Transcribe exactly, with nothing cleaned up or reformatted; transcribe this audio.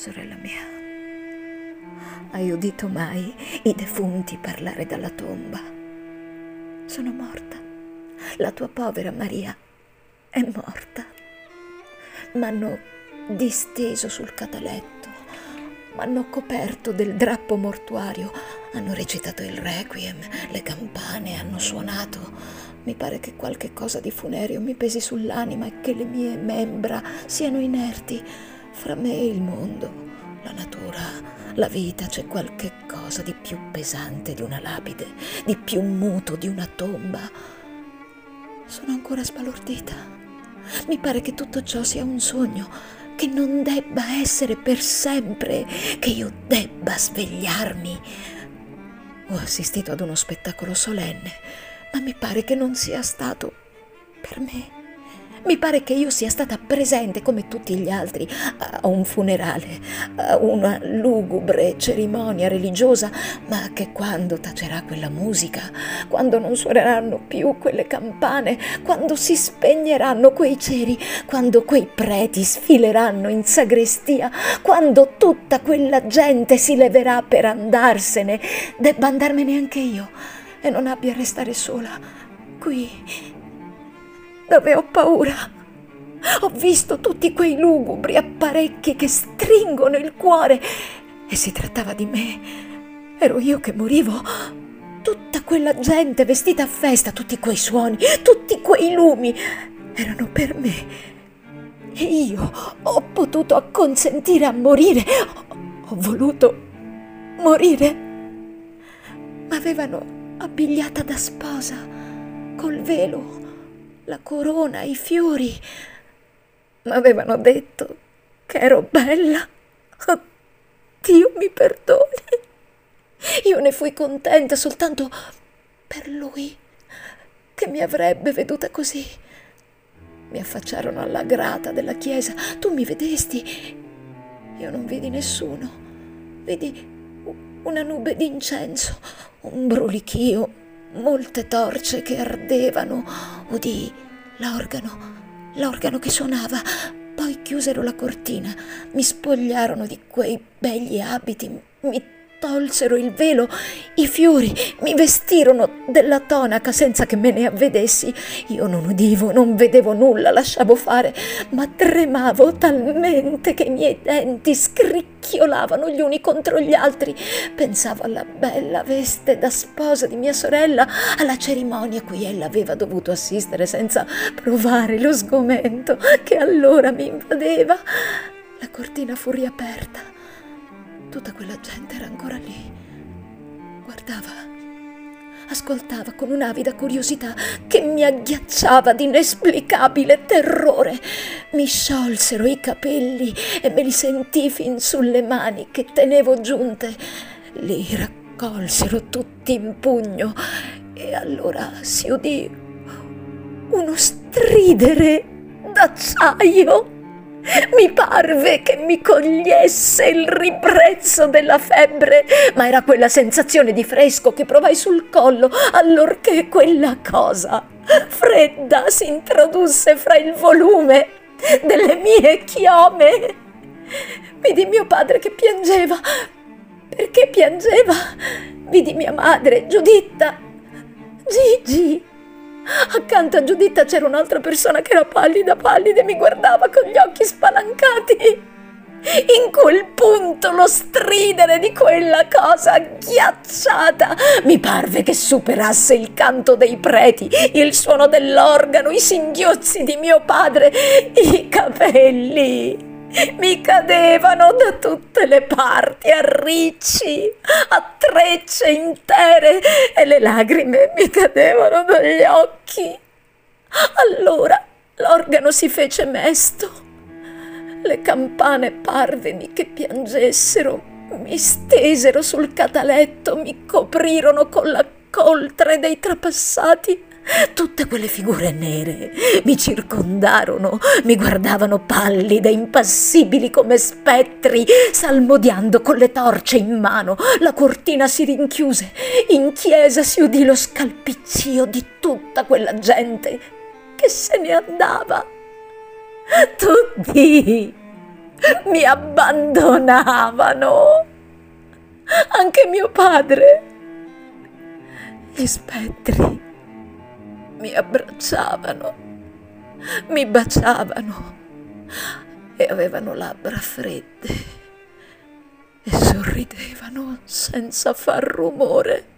Sorella mia, hai udito mai i defunti parlare dalla tomba? Sono morta. La tua povera Maria è morta. M'hanno disteso sul cataletto, m'hanno coperto del drappo mortuario, hanno recitato il requiem, le campane hanno suonato. Mi pare che qualche cosa di funereo mi pesi sull'anima e che le mie membra siano inerti. Fra me e il mondo, la natura, la vita, c'è qualche cosa di più pesante di una lapide, di più muto di una tomba. Sono ancora sbalordita. Mi pare che tutto ciò sia un sogno, che non debba essere per sempre, che io debba svegliarmi. Ho assistito ad uno spettacolo solenne, ma mi pare che non sia stato per me. Mi pare che io sia stata presente come tutti gli altri a un funerale, a una lugubre cerimonia religiosa, ma che quando tacerà quella musica, quando non suoneranno più quelle campane, quando si spegneranno quei ceri, quando quei preti sfileranno in sagrestia, quando tutta quella gente si leverà per andarsene, debba andarmene anche io e non abbia a restare sola qui dove ho paura. Ho visto tutti quei lugubri apparecchi che stringono il cuore e si trattava di me. Ero io che morivo. Tutta quella gente vestita a festa, tutti quei suoni, tutti quei lumi erano per me. E io ho potuto acconsentire a morire. Ho voluto morire. M'avevano abbigliata da sposa, col velo, la corona, i fiori. M'avevano detto che ero bella. Oh, Dio mi perdoni. Io ne fui contenta soltanto per lui, che mi avrebbe veduta così. Mi affacciarono alla grata della chiesa. Tu mi vedesti? Io non vidi nessuno. Vidi una nube d'incenso, un brulichio, molte torce che ardevano. Udii l'organo, l'organo che suonava. Poi chiusero la cortina, mi spogliarono di quei begli abiti, mi tolsero il velo, i fiori, mi vestirono della tonaca senza che me ne avvedessi. Io non udivo, non vedevo nulla, lasciavo fare, ma tremavo talmente che i miei denti scricchiolavano gli uni contro gli altri. Pensavo alla bella veste da sposa di mia sorella, alla cerimonia a cui ella aveva dovuto assistere senza provare lo sgomento che allora mi invadeva. La cortina fu riaperta. Tutta quella gente era ancora lì. Guardava, ascoltava con un'avida curiosità che mi agghiacciava di inesplicabile terrore. Mi sciolsero i capelli e me li sentii fin sulle mani che tenevo giunte. Li raccolsero tutti in pugno e allora si udì uno stridere d'acciaio. Mi parve che mi cogliesse il ribrezzo della febbre, ma era quella sensazione di fresco che provai sul collo allorché quella cosa fredda si introdusse fra il volume delle mie chiome. Vidi mio padre che piangeva. Perché piangeva? Vidi mia madre, Giuditta, Gigi. Accanto a Giuditta c'era un'altra persona che era pallida, pallida e mi guardava con gli occhi spalancati. In quel punto lo stridere di quella cosa ghiacciata mi parve che superasse il canto dei preti, il suono dell'organo, i singhiozzi di mio padre, i capelli mi cadevano da tutte le parti a ricci, a trecce intere, e le lagrime mi cadevano dagli occhi. Allora l'organo si fece mesto, le campane parvemi che piangessero, mi stesero sul cataletto, mi coprirono con la coltre dei trapassati. Tutte quelle figure nere mi circondarono, mi guardavano pallide, impassibili come spettri, salmodiando con le torce in mano. La cortina si rinchiuse, in chiesa si udì lo scalpiccio di tutta quella gente che se ne andava. Tutti, mi abbandonavano. Anche mio padre. Gli spettri mi abbracciavano, mi baciavano e avevano labbra fredde e sorridevano senza far rumore.